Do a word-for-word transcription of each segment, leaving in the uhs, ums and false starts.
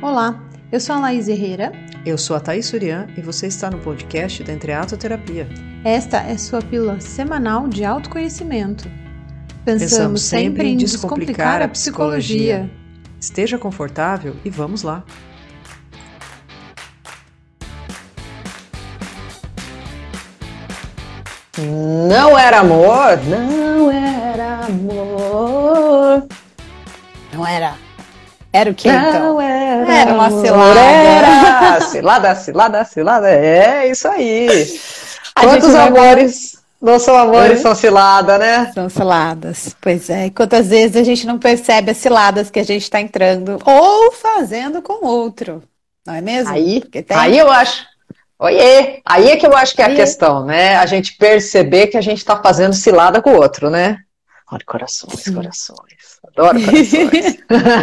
Olá, eu sou a Laís Herrera. Eu sou a Thaís Surian e você está no podcast da Entreatoterapia. Esta é sua pílula semanal de autoconhecimento. Pensamos, Pensamos sempre em descomplicar a psicologia. Esteja confortável e vamos lá. Não era amor, não era amor. Não era. Era o quê, Não então? era, Era uma amor. cilada. Era cilada, cilada, cilada. É isso aí. A Quantos gente vai- amores não são amores, Oi? são cilada, né? São ciladas. Pois é. E quantas vezes a gente não percebe as ciladas que a gente está entrando ou fazendo com outro. Não é mesmo? Aí, Porque tem... aí eu acho. Oiê! Aí é que eu acho que é a Oiê. questão, né? A gente perceber que a gente está fazendo cilada com o outro, né? Olha, corações, Sim. corações. Adoro corações.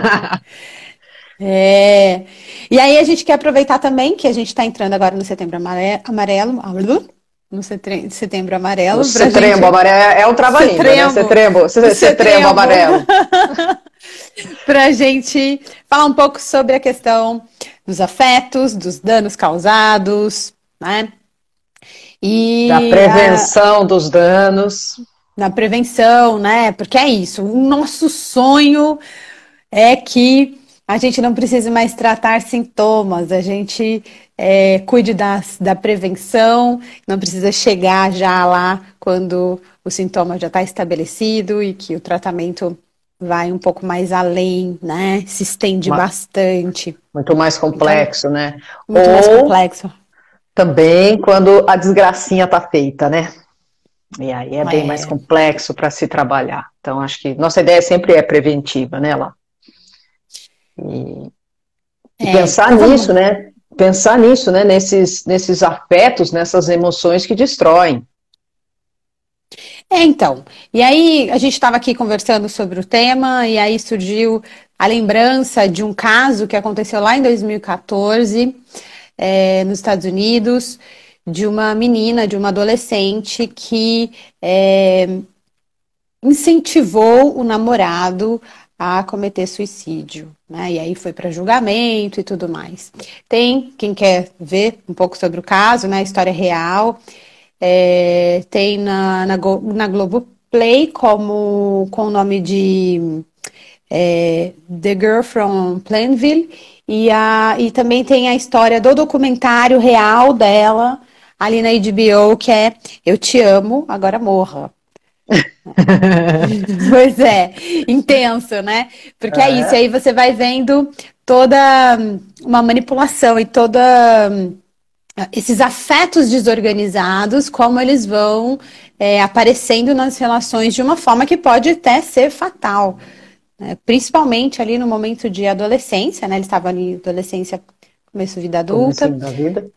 É. E aí a gente quer aproveitar também que a gente está entrando agora no Setembro Amare- Amarelo, no setre- Setembro Amarelo, O pra cetrembo gente, amarelo é o trava-língua, né? Cetrembo. Cetrembo, ce- cetrembo Cetrembo. amarelo. pra gente falar um pouco sobre a questão dos afetos, dos danos causados, né? E Da a- prevenção dos danos. na prevenção, né? Porque é isso, o nosso sonho é que a gente não precise mais tratar sintomas, a gente é, cuide das, da prevenção, não precisa chegar já lá quando o sintoma já está estabelecido e que o tratamento vai um pouco mais além, né? Se estende Ma- bastante, Muito mais complexo, né? muito mais Ou complexo. também quando a desgracinha tá feita, né? E aí é bem É. mais complexo para se trabalhar. Então, acho que nossa ideia sempre é preventiva, né, lá? E, e É, pensar então vamos- nisso, né? Pensar nisso, né? Nesses, nesses afetos, nessas emoções que destroem. É, então, e aí a gente estava aqui conversando sobre o tema, e aí surgiu a lembrança de um caso que aconteceu lá em dois mil e quatorze, é, nos Estados Unidos, de uma menina, de uma adolescente que é, incentivou o namorado a cometer suicídio, né? E aí foi para julgamento e tudo mais. Tem quem quer ver um pouco sobre o caso, né? A história real. É, tem na, na, Go- na Globoplay como com o nome de é, The Girl from Plainville e, a, e também tem a história do documentário real dela ali na H B O, que é Eu Te Amo, Agora Morra. Pois é, intenso, né? Porque é isso, É. aí você vai vendo toda hum, uma manipulação e toda hum, esses afetos desorganizados, como eles vão é, aparecendo nas relações de uma forma que pode até ser fatal, né? Principalmente ali no momento de adolescência, né? Eles estavam ali adolescência, começo de vida adulta, Comecinho da vida.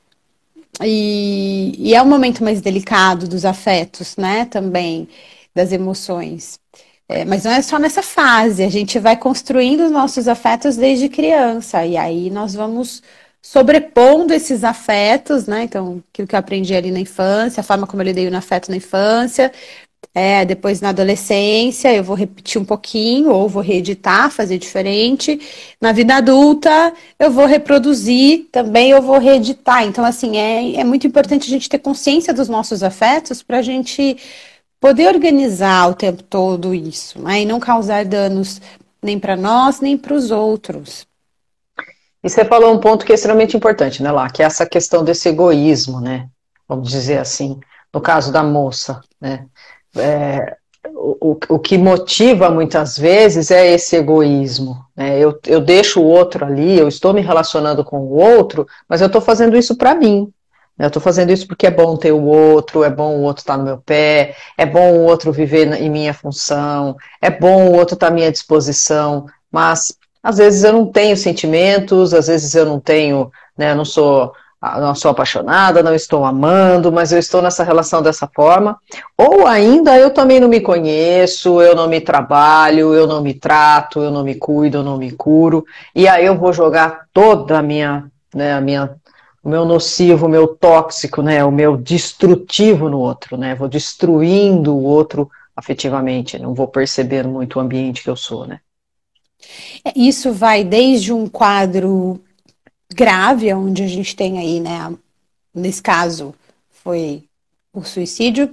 e, e é um momento mais delicado dos afetos, né? Também das emoções. É, mas não é só nessa fase, a gente vai construindo os nossos afetos desde criança, e aí nós vamos sobrepondo esses afetos, né? Então, aquilo que eu aprendi ali na infância, a forma como eu lidei no afeto na infância, é, depois na adolescência, eu vou repetir um pouquinho, ou vou reeditar, fazer diferente. Na vida adulta, eu vou reproduzir também, eu vou reeditar. Então, assim, é, é muito importante a gente ter consciência dos nossos afetos para a gente poder organizar o tempo todo isso, né? E não causar danos nem para nós, nem para os outros. E você falou um ponto que é extremamente importante, né, lá, que é essa questão desse egoísmo, né? Vamos dizer assim, no caso da moça, né? É, o, o que motiva muitas vezes é esse egoísmo, né? Eu, eu deixo o outro ali, eu estou me relacionando com o outro, mas eu estou fazendo isso para mim, né? Eu estou fazendo isso porque é bom ter o outro, é bom o outro estar no meu pé, é bom o outro viver na- em minha função, é bom o outro estar à minha disposição, mas às vezes eu não tenho sentimentos, às vezes eu não tenho, né? Eu não sou, não sou apaixonada, não estou amando, mas eu estou nessa relação dessa forma. Ou ainda eu também não me conheço, eu não me trabalho, eu não me trato, eu não me cuido, eu não me curo, e aí eu vou jogar toda a minha, né, a minha, o meu nocivo, o meu tóxico, né, o meu destrutivo no outro, né, vou destruindo o outro afetivamente, não vou perceber muito o ambiente que eu sou, né. Isso vai desde um quadro grave, onde a gente tem aí, né, nesse caso, foi o suicídio.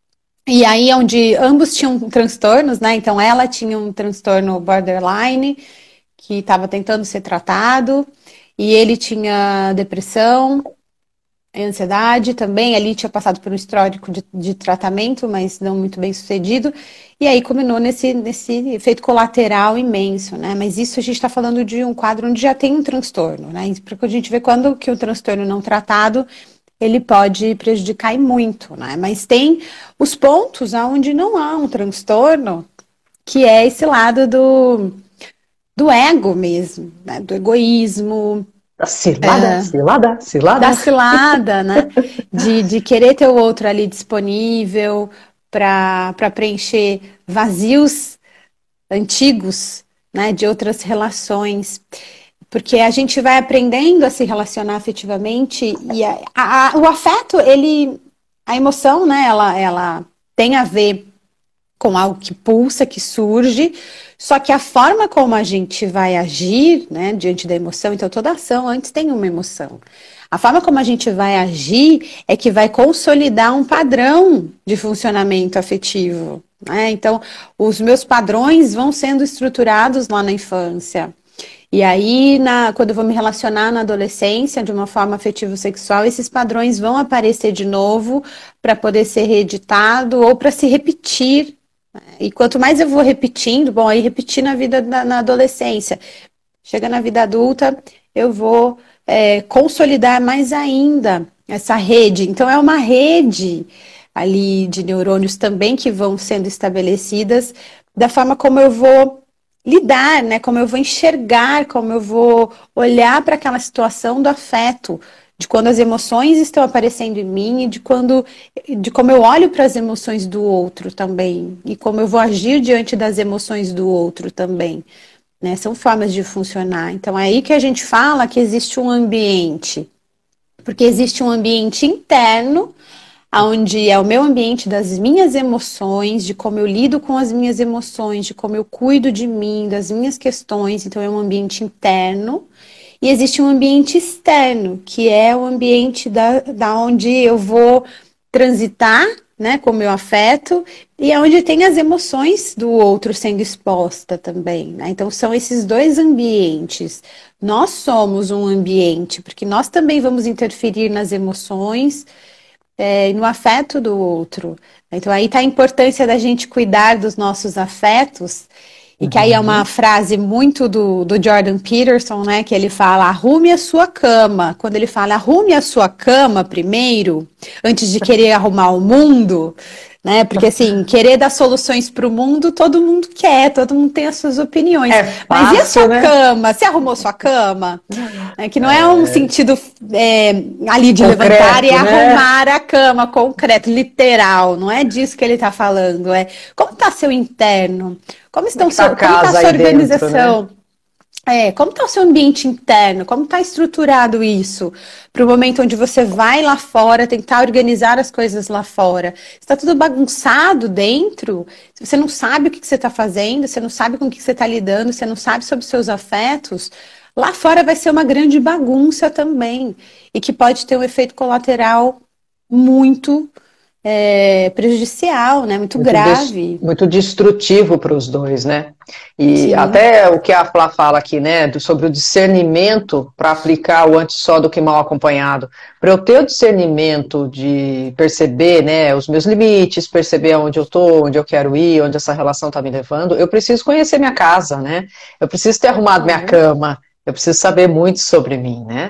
E aí, onde ambos tinham transtornos, né? Então, ela tinha um transtorno borderline, que estava tentando ser tratado, e ele tinha depressão, ansiedade também. Ali tinha passado por um histórico de, de tratamento, mas não muito bem sucedido. E aí, culminou nesse, nesse efeito colateral imenso, né? Mas isso a gente está falando de um quadro onde já tem um transtorno, né? Porque a gente vê quando que o transtorno não tratado ele pode prejudicar e muito, né? Mas tem os pontos onde não há um transtorno, que é esse lado do, do ego mesmo, né? Do egoísmo. Da cilada, é, cilada, cilada. Da cilada, né? De, de querer ter o outro ali disponível para preencher vazios antigos, né? De outras relações. Porque a gente vai aprendendo a se relacionar afetivamente e a, a, a, o afeto, ele, a emoção, né, ela, ela tem a ver com algo que pulsa, que surge, só que a forma como a gente vai agir, né, diante da emoção, então toda ação antes tem uma emoção. A forma como a gente vai agir é que vai consolidar um padrão de funcionamento afetivo, né? Então, os meus padrões vão sendo estruturados lá na infância. E aí, na, quando eu vou me relacionar na adolescência, de uma forma afetivo-sexual, esses padrões vão aparecer de novo para poder ser reeditado ou para se repetir. E quanto mais eu vou repetindo, bom, aí repetir na vida na, na adolescência. Chega na vida adulta, eu vou é, consolidar mais ainda essa rede. Então, é uma rede ali de neurônios também que vão sendo estabelecidas da forma como eu vou lidar, né? Como eu vou enxergar, como eu vou olhar para aquela situação do afeto, de quando as emoções estão aparecendo em mim e de quando, de como eu olho para as emoções do outro também e como eu vou agir diante das emoções do outro também, né? São formas de funcionar. Então é aí que a gente fala que existe um ambiente, porque existe um ambiente interno onde é o meu ambiente das minhas emoções, de como eu lido com as minhas emoções, de como eu cuido de mim, das minhas questões. Então é um ambiente interno. E existe um ambiente externo, que é o ambiente da, da onde eu vou transitar, né, com o meu afeto, e é onde tem as emoções do outro sendo exposta também, né? Então são esses dois ambientes. Nós somos um ambiente, porque nós também vamos interferir nas emoções, É, no afeto do outro. Então aí está a importância da gente cuidar dos nossos afetos, e que aí é uma frase muito do, do Jordan Peterson, né, que ele fala, arrume a sua cama. Quando ele fala, arrume a sua cama primeiro, antes de querer arrumar o mundo, né, porque assim, querer dar soluções para o mundo, todo mundo quer, todo mundo tem as suas opiniões. É fácil, mas e a sua né? cama? Você arrumou sua cama? É, que não é, é um sentido é, ali de concreto, levantar e né? arrumar a cama, concreto, literal, não é disso que ele está falando, é como está seu interno, como estão Como tá seu, como está a sua organização, dentro, né? é, como está o seu ambiente interno, como está estruturado isso, para o momento onde você vai lá fora, tentar organizar as coisas lá fora. Está tudo bagunçado dentro, você não sabe o que, que você está fazendo, você não sabe com o que, que você está lidando, você não sabe sobre os seus afetos, lá fora vai ser uma grande bagunça também, e que pode ter um efeito colateral muito é, prejudicial, né? Muito, muito grave. Muito destrutivo para os dois, né? E Sim. até o que a Flá fala aqui, né? Do, sobre o discernimento para aplicar o antes só do que mal acompanhado. Para eu ter o discernimento de perceber, né, os meus limites, perceber onde eu estou, onde eu quero ir, onde essa relação está me levando, eu preciso conhecer minha casa, né? Eu preciso ter arrumado minha cama, eu preciso saber muito sobre mim, né?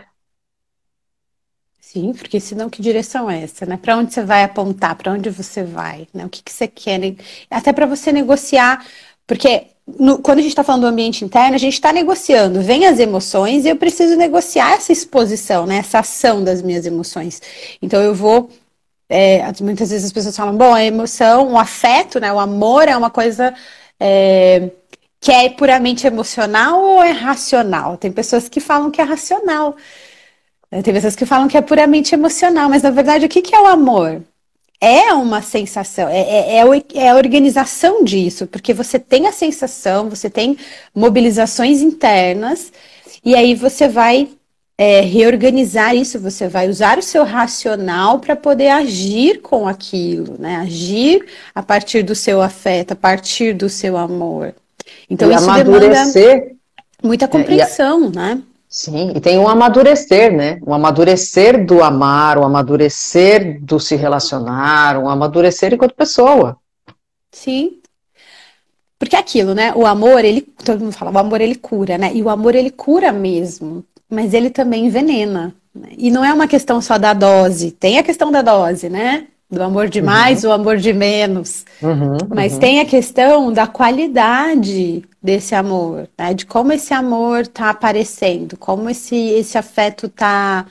Sim, porque senão que direção é essa, né? Para onde você vai apontar, para onde você vai, né? O que, que você quer, né? Até para você negociar, porque no, quando a gente está falando do ambiente interno, a gente está negociando, vem as emoções e eu preciso negociar essa exposição, né? Essa ação das minhas emoções. Então eu vou, é, muitas vezes as pessoas falam, bom, a emoção, o afeto, né? O amor é uma coisa é, que é puramente emocional ou é racional? Tem pessoas que falam que é racional. Tem pessoas que falam que é puramente emocional, mas na verdade o que, que é o amor? É uma sensação, é, é, é a organização disso, porque você tem a sensação, você tem mobilizações internas, e aí você vai é, reorganizar isso, você vai usar o seu racional para poder agir com aquilo, né? Agir a partir do seu afeto, a partir do seu amor. Então, e isso amadurecer, demanda muita é, e a- compreensão, né? sim, e tem um amadurecer, né? Um amadurecer do amar, um amadurecer do se relacionar, um amadurecer enquanto pessoa. Sim. Porque é aquilo, né? O amor, ele, todo mundo fala, o amor ele cura, né? E o amor ele cura mesmo, mas ele também envenena, né? E não é uma questão só da dose, tem a questão da dose, né? Do amor de mais, Uhum, o amor de menos. uhum, Mas uhum. tem a questão da qualidade desse amor, né? De como esse amor tá aparecendo, como esse, esse afeto tá,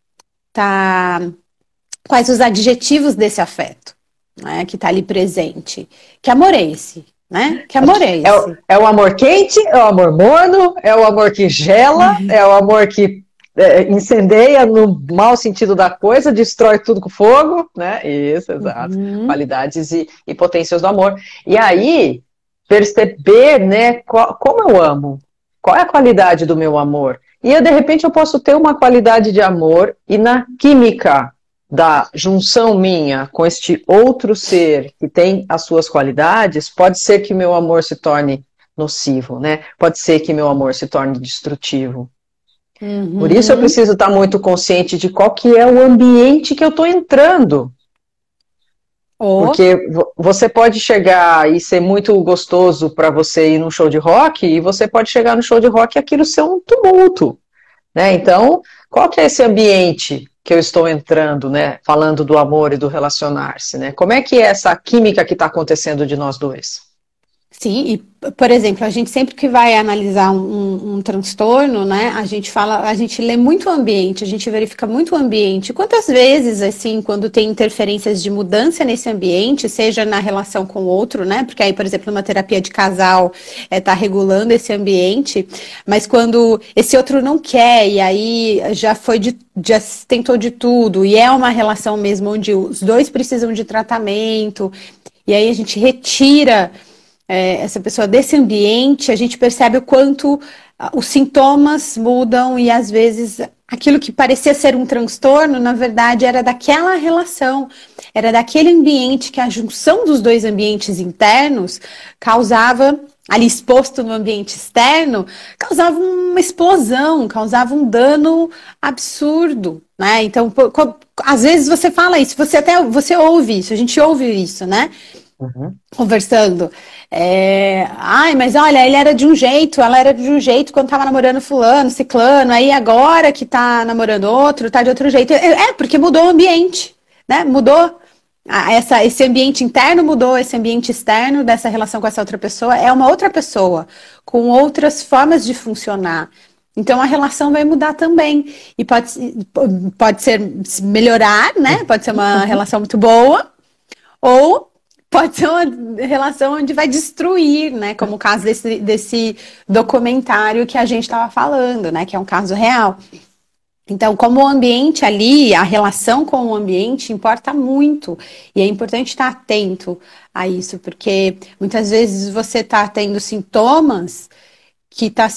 tá, quais os adjetivos desse afeto, né? Que tá ali presente. Que amor é esse, né? Que amor é É o, esse? é o amor quente, é o amor morno, é o amor que gela, é o amor que é, incendeia no mau sentido da coisa, destrói tudo com fogo, né? Isso, exato. Uhum. Qualidades e, e potências do amor. E aí, perceber, né, qual, como eu amo, qual é a qualidade do meu amor. E eu, de repente, eu posso ter uma qualidade de amor e na química da junção minha com este outro ser que tem as suas qualidades, pode ser que meu amor se torne nocivo, né? Pode ser que meu amor se torne destrutivo. Por isso eu Uhum. preciso estar muito consciente de qual que é o ambiente que eu estou entrando. Ou, Porque você pode chegar e ser muito gostoso para você ir num show de rock, e você pode chegar no show de rock e aquilo ser um tumulto. Né? Então, qual que é esse ambiente que eu estou entrando, né? Falando do amor e do relacionar-se, né? Como é que é essa química que está acontecendo de nós dois? sim, e, por exemplo, a gente sempre que vai analisar um, um, um transtorno, né, a gente fala, a gente lê muito o ambiente, a gente verifica muito o ambiente. Quantas vezes, assim, quando tem interferências de mudança nesse ambiente, seja na relação com o outro, né, porque aí, por exemplo, numa terapia de casal, é, tá regulando esse ambiente, mas quando esse outro não quer, e aí já foi de, já tentou de tudo, e é uma relação mesmo onde os dois precisam de tratamento, e aí a gente retira é, essa pessoa desse ambiente, a gente percebe o quanto ah, os sintomas mudam e às vezes aquilo que parecia ser um transtorno, na verdade, era daquela relação, era daquele ambiente que a junção dos dois ambientes internos causava, ali exposto no ambiente externo, causava uma explosão, causava um dano absurdo, né? Então, às vezes você fala isso, você até você ouve isso, a gente ouve isso, né? Uhum. Conversando. É, ai, mas olha, ele era de um jeito, ela era de um jeito quando tava namorando fulano, ciclano, aí agora que tá namorando outro, tá de outro jeito. É, é porque mudou o ambiente, né? Mudou a- essa, esse ambiente interno, mudou esse ambiente externo dessa relação com essa outra pessoa, é uma outra pessoa, com outras formas de funcionar. Então a relação vai mudar também. E pode, pode ser melhorar, né? Pode ser uma relação muito boa, ou pode ser uma relação onde vai destruir, né? Como o caso desse, desse documentário que a gente estava falando, né? Que é um caso real. Então, como o ambiente ali, a relação com o ambiente importa muito. E é importante estar atento a isso, porque muitas vezes você está tendo sintomas que está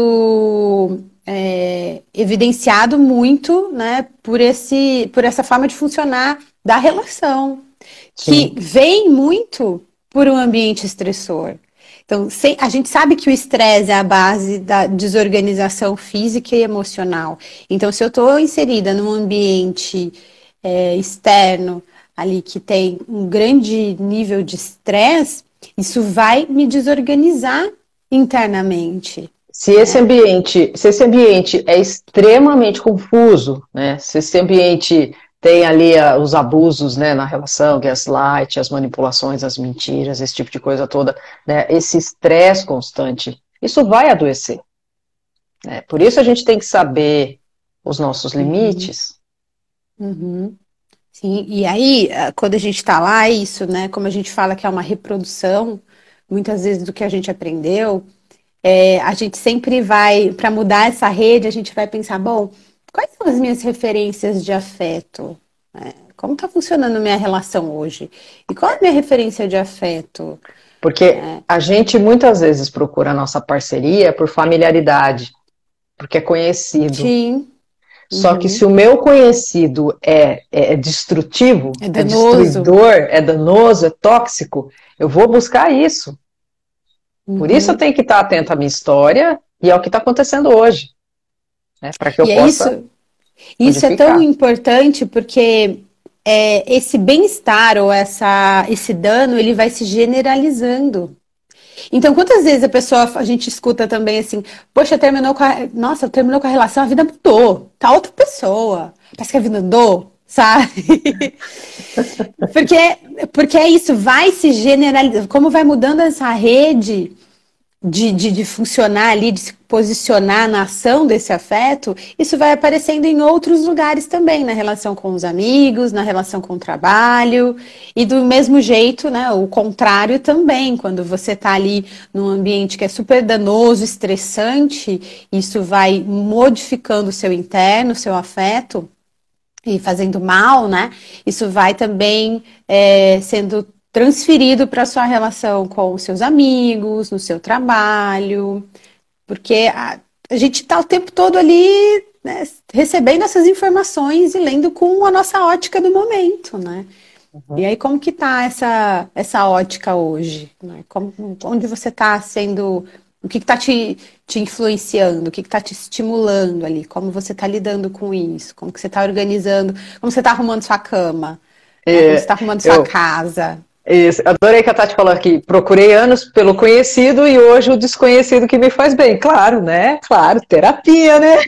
sendo é, evidenciado muito, né, por esse, por essa forma de funcionar da relação que Sim. vem muito por um ambiente estressor. Então, sem, a gente sabe que o estresse é a base da desorganização física e emocional. Então, se eu estou inserida num ambiente é, externo, ali que tem um grande nível de estresse, isso vai me desorganizar internamente. Se esse ambiente, se esse ambiente é extremamente confuso, né? Se esse ambiente tem ali uh, os abusos, né, na relação, gaslight, as manipulações, as mentiras, esse tipo de coisa toda, né? Esse estresse constante, isso vai adoecer, né? Por isso a gente tem que saber os nossos Uhum, limites. uhum. Sim, e aí, ah, quando a gente está lá, é isso, né? Como a gente fala que é uma reprodução, muitas vezes do que a gente aprendeu, é, a gente sempre vai, para mudar essa rede, a gente vai pensar, bom, quais são as minhas referências de afeto? É, como está funcionando a minha relação hoje? E qual é a minha referência de afeto? Porque a gente muitas vezes procura a nossa parceria por familiaridade, porque é conhecido. Sim. Só que Uhum. se o meu conhecido é, é, é destrutivo, É é danoso. destruidor, é danoso, é tóxico, eu vou buscar isso. Por isso eu Uhum. tenho que estar atento à minha história e ao que está acontecendo hoje, né, para que eu E é possa isso, isso é tão modificar. importante porque é, esse bem-estar ou essa, esse dano, ele vai se generalizando. Então, quantas vezes a pessoa, a gente escuta também assim, poxa, terminou com a, nossa, terminou com a relação, a vida mudou, tá outra pessoa, parece que a vida andou, sabe? Porque, porque é isso, vai se generalizando, como vai mudando essa rede de, de, de funcionar ali, de se posicionar na ação desse afeto, isso vai aparecendo em outros lugares também, na relação com os amigos, na relação com o trabalho, e do mesmo jeito, né, o contrário também, quando você está ali num ambiente que é super danoso, estressante, isso vai modificando o seu interno, o seu afeto, e fazendo mal, né? Isso vai também é, sendo transferido para a sua relação com os seus amigos, no seu trabalho, porque a, a gente está o tempo todo ali, né, recebendo essas informações e lendo com a nossa ótica do momento, né? E aí, como que tá essa, essa ótica hoje? Né? Como, onde você está sendo... O que está te, te influenciando? O que está te estimulando ali? Como você está lidando com isso? Como que você está organizando? Como você está arrumando sua cama? Né? Como você É, está arrumando sua eu casa? isso, adorei que a Tati falou aqui, procurei anos pelo conhecido e hoje o desconhecido que me faz bem. Claro, né? Claro, terapia, né?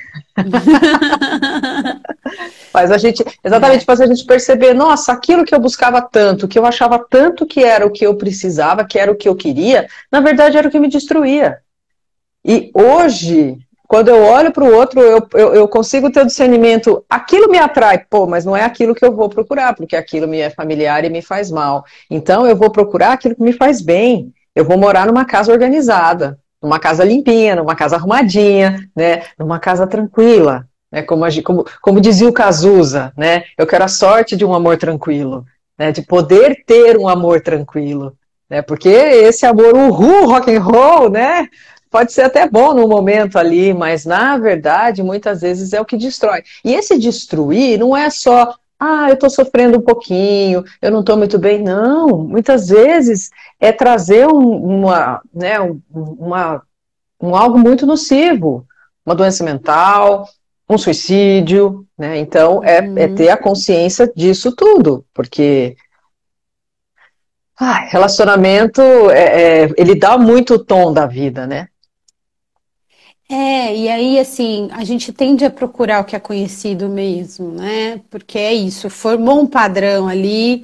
Faz a gente, exatamente, É. faz a gente perceber, nossa, aquilo que eu buscava tanto, que eu achava tanto que era o que eu precisava, que era o que eu queria, na verdade era o que me destruía. E hoje, quando eu olho para o outro, eu, eu, eu consigo ter o discernimento, aquilo me atrai, pô, mas não é aquilo que eu vou procurar, porque aquilo me é familiar e me faz mal. Então eu vou procurar aquilo que me faz bem. Eu vou morar numa casa organizada, numa casa limpinha, numa casa arrumadinha, né, numa casa tranquila. Né, como, como, como dizia o Cazuza, né, eu quero a sorte de um amor tranquilo, né, de poder ter um amor tranquilo. Né, porque esse amor, uhul, rock and roll, né, pode ser até bom no momento ali, mas na verdade, muitas vezes é o que destrói. E esse destruir não é só, ah, eu estou sofrendo um pouquinho, eu não estou muito bem. Não, muitas vezes é trazer um, uma, né, um, uma, um algo muito nocivo, uma doença mental, um suicídio, né? Então é, é Uhum. ter a consciência disso tudo, porque ah, relacionamento é, é, ele dá muito o tom da vida, né? É, e aí, assim, a gente tende a procurar o que é conhecido mesmo, né? Porque é isso, formou um padrão ali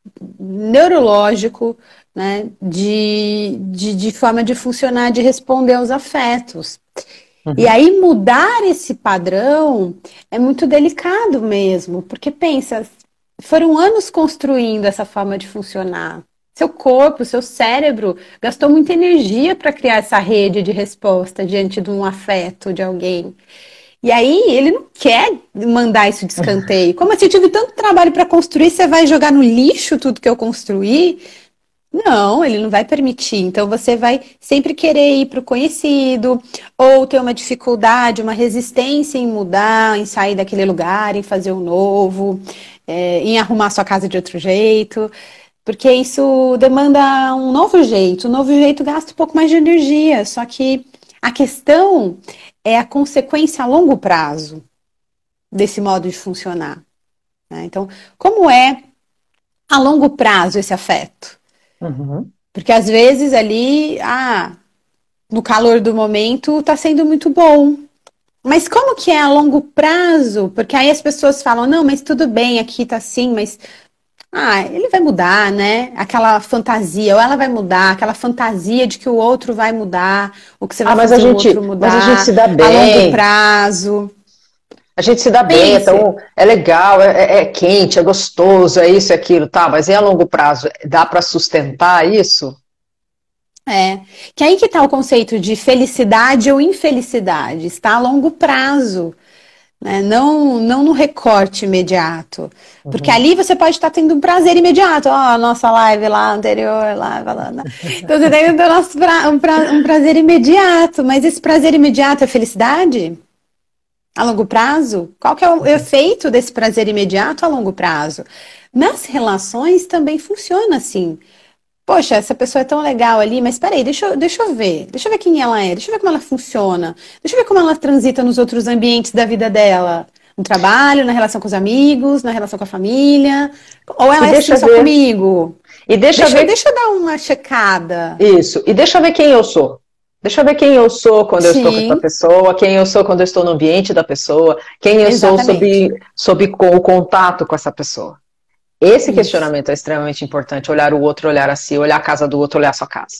neurológico, né? De, de, de forma de funcionar, de responder aos afetos. E Uhum. aí, mudar esse padrão é muito delicado mesmo, porque pensa, foram anos construindo essa forma de funcionar. Seu corpo, seu cérebro gastou muita energia para criar essa rede de resposta diante de um afeto de alguém. E aí ele não quer mandar isso de escanteio. Como assim, eu tive tanto trabalho para construir, você vai jogar no lixo tudo que eu construí? Não, ele não vai permitir. Então você vai sempre querer ir para o conhecido, ou ter uma dificuldade, uma resistência em mudar, em sair daquele lugar, em fazer um novo, é, em arrumar sua casa de outro jeito. Porque isso demanda um novo jeito. Um novo jeito gasta um pouco mais de energia. Só que a questão é a consequência a longo prazo desse modo de funcionar. Né? Então, como é a longo prazo esse afeto? Uhum. Porque às vezes ali, ah, no calor do momento, tá sendo muito bom. Mas como que é a longo prazo? Porque aí as pessoas falam, não, mas tudo bem, aqui tá assim, mas ah, ele vai mudar, né? Aquela fantasia, ou ela vai mudar, aquela fantasia de que o outro vai mudar, ou que você vai Ah, mas a fazer o gente, outro mas a gente mudar se dá a longo bem. prazo. A gente se dá bem, Pense, então é legal, é, é- é quente, é gostoso, é isso, é aquilo, tá, mas e a longo prazo? Dá para sustentar isso? é. Que aí que tá o conceito de felicidade ou infelicidade, está a longo prazo. Né? Não, não no recorte imediato. Porque Uhum. ali você pode estar tendo um prazer imediato. Ó, a nossa live lá anterior, lá falando. Então você tem o nosso pra, um, pra, um prazer imediato. Mas esse prazer imediato é felicidade? a longo prazo? Qual que é o efeito desse prazer imediato a longo prazo? Nas relações também funciona assim. Poxa, essa pessoa é tão legal ali, mas peraí, deixa, eu- deixa eu ver. Deixa eu ver quem ela é, deixa eu ver como ela funciona. Deixa eu ver como ela transita nos outros ambientes da vida dela. No trabalho, na relação com os amigos, na relação com a família. Ou E ela é assim deixa só ver, comigo? e deixa Deixa, ver deixa eu dar uma checada. isso, e deixa eu ver quem eu sou. Deixa eu ver quem eu sou quando eu estou com essa Sim, pessoa, quem eu sou quando eu estou no ambiente da pessoa, quem eu sou sob, exatamente. sob co- o contato com essa pessoa. Esse Isso. questionamento é extremamente importante, olhar o outro, olhar a si, olhar a casa do outro, olhar a sua casa.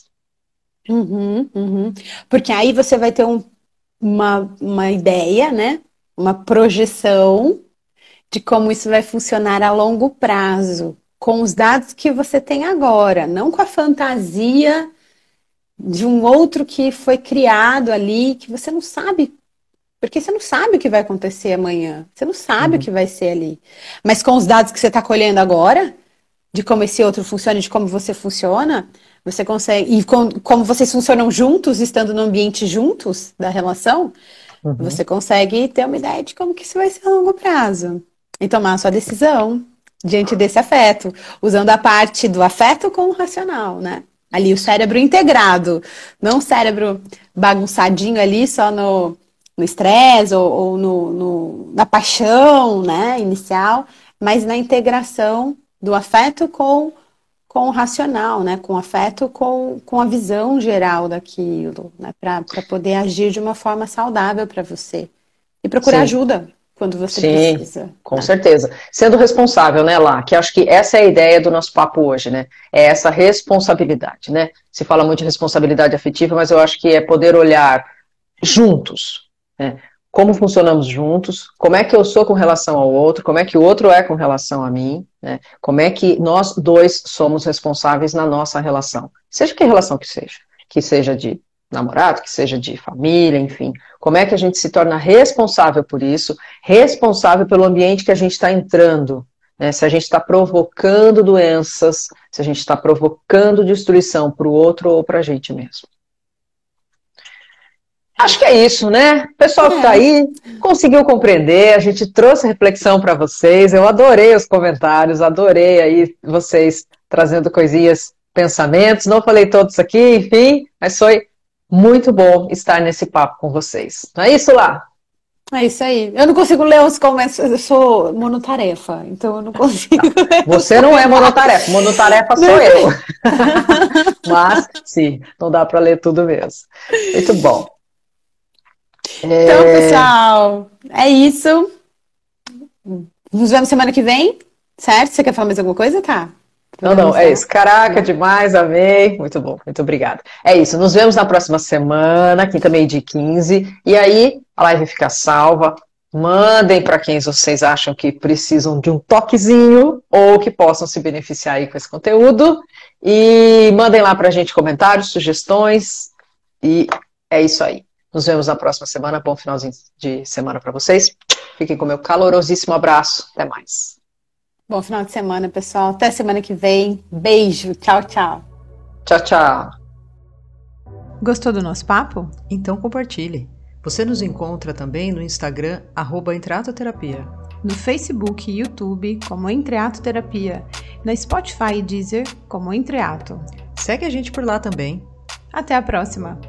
Uhum, uhum. Porque aí você vai ter um- uma, uma ideia, né? Uma projeção de como isso vai funcionar a longo prazo, com os dados que você tem agora, não com a fantasia de um outro que foi criado ali, que você não sabe, porque você não sabe o que vai acontecer amanhã, você não sabe o Uhum, que vai ser ali. Mas com os dados que você está colhendo agora, de como esse outro funciona, e de como você funciona, você consegue, e com, como vocês funcionam juntos, estando no ambiente juntos da relação, uhum. você consegue ter uma ideia de como que isso vai ser a longo prazo e tomar a sua decisão diante desse afeto, usando a parte do afeto com o racional, né? Ali o cérebro integrado, não o cérebro bagunçadinho ali só no no estresse ou, ou no, no- na paixão, né, inicial, mas na integração do afeto com com o racional, né? Com o afeto, com, com a visão geral daquilo, né? Para poder agir de uma forma saudável para você. E procurar Sim, ajuda quando você sim, precisa, com né? certeza. Sendo responsável, né, Lá? Que acho que essa é a ideia do nosso papo hoje, né? É essa responsabilidade, né? Se fala muito de responsabilidade afetiva, mas eu acho que é poder olhar juntos, né? Como funcionamos juntos, como é que eu sou com relação ao outro, como é que o outro é com relação a mim, né? Como é que nós dois somos responsáveis na nossa relação, seja que relação que seja, que seja de namorado, que seja de família, enfim, como é que a gente se torna responsável por isso, responsável pelo ambiente que a gente está entrando, né? Se a gente está provocando doenças, se a gente está provocando destruição para o outro ou para a gente mesmo. Acho que é isso, né? O pessoal que está É, aí conseguiu compreender, a gente trouxe reflexão para vocês. Eu adorei os comentários, adorei aí vocês trazendo coisinhas, pensamentos. Não falei todos aqui, enfim, mas foi muito bom estar nesse papo com vocês. Não é isso, Lá? é isso aí. Eu não consigo ler os comentários, eu sou monotarefa, então eu não consigo Não. ler os Você não é monotarefa, comentários. monotarefa sou eu. Mas, sim, não dá para ler tudo mesmo. Muito bom. Então, É... pessoal, é isso. Nos vemos semana que vem, certo? Você quer falar mais alguma coisa, tá? Não, não, Podemos é dar. isso. Caraca, Não? demais, amei. Muito bom, muito obrigada. É isso, nos vemos na próxima semana, quinta, meio-dia e quinze. E aí, a live fica salva. Mandem para quem vocês acham que precisam de um toquezinho ou que possam se beneficiar aí com esse conteúdo. E mandem lá para a gente comentários, sugestões. E é isso aí. Nos vemos na próxima semana. Bom finalzinho de semana para vocês. Fiquem com o meu calorosíssimo abraço. Até mais. Bom final de semana, pessoal. Até semana que vem. Beijo. Tchau, tchau. Tchau, tchau. Gostou do nosso papo? Então compartilhe. Você nos encontra também no Instagram, arroba Entreatoterapia. No Facebook e YouTube, como Entreato Terapia. Na Spotify e Deezer, como Entreato. Segue a gente por lá também. Até a próxima!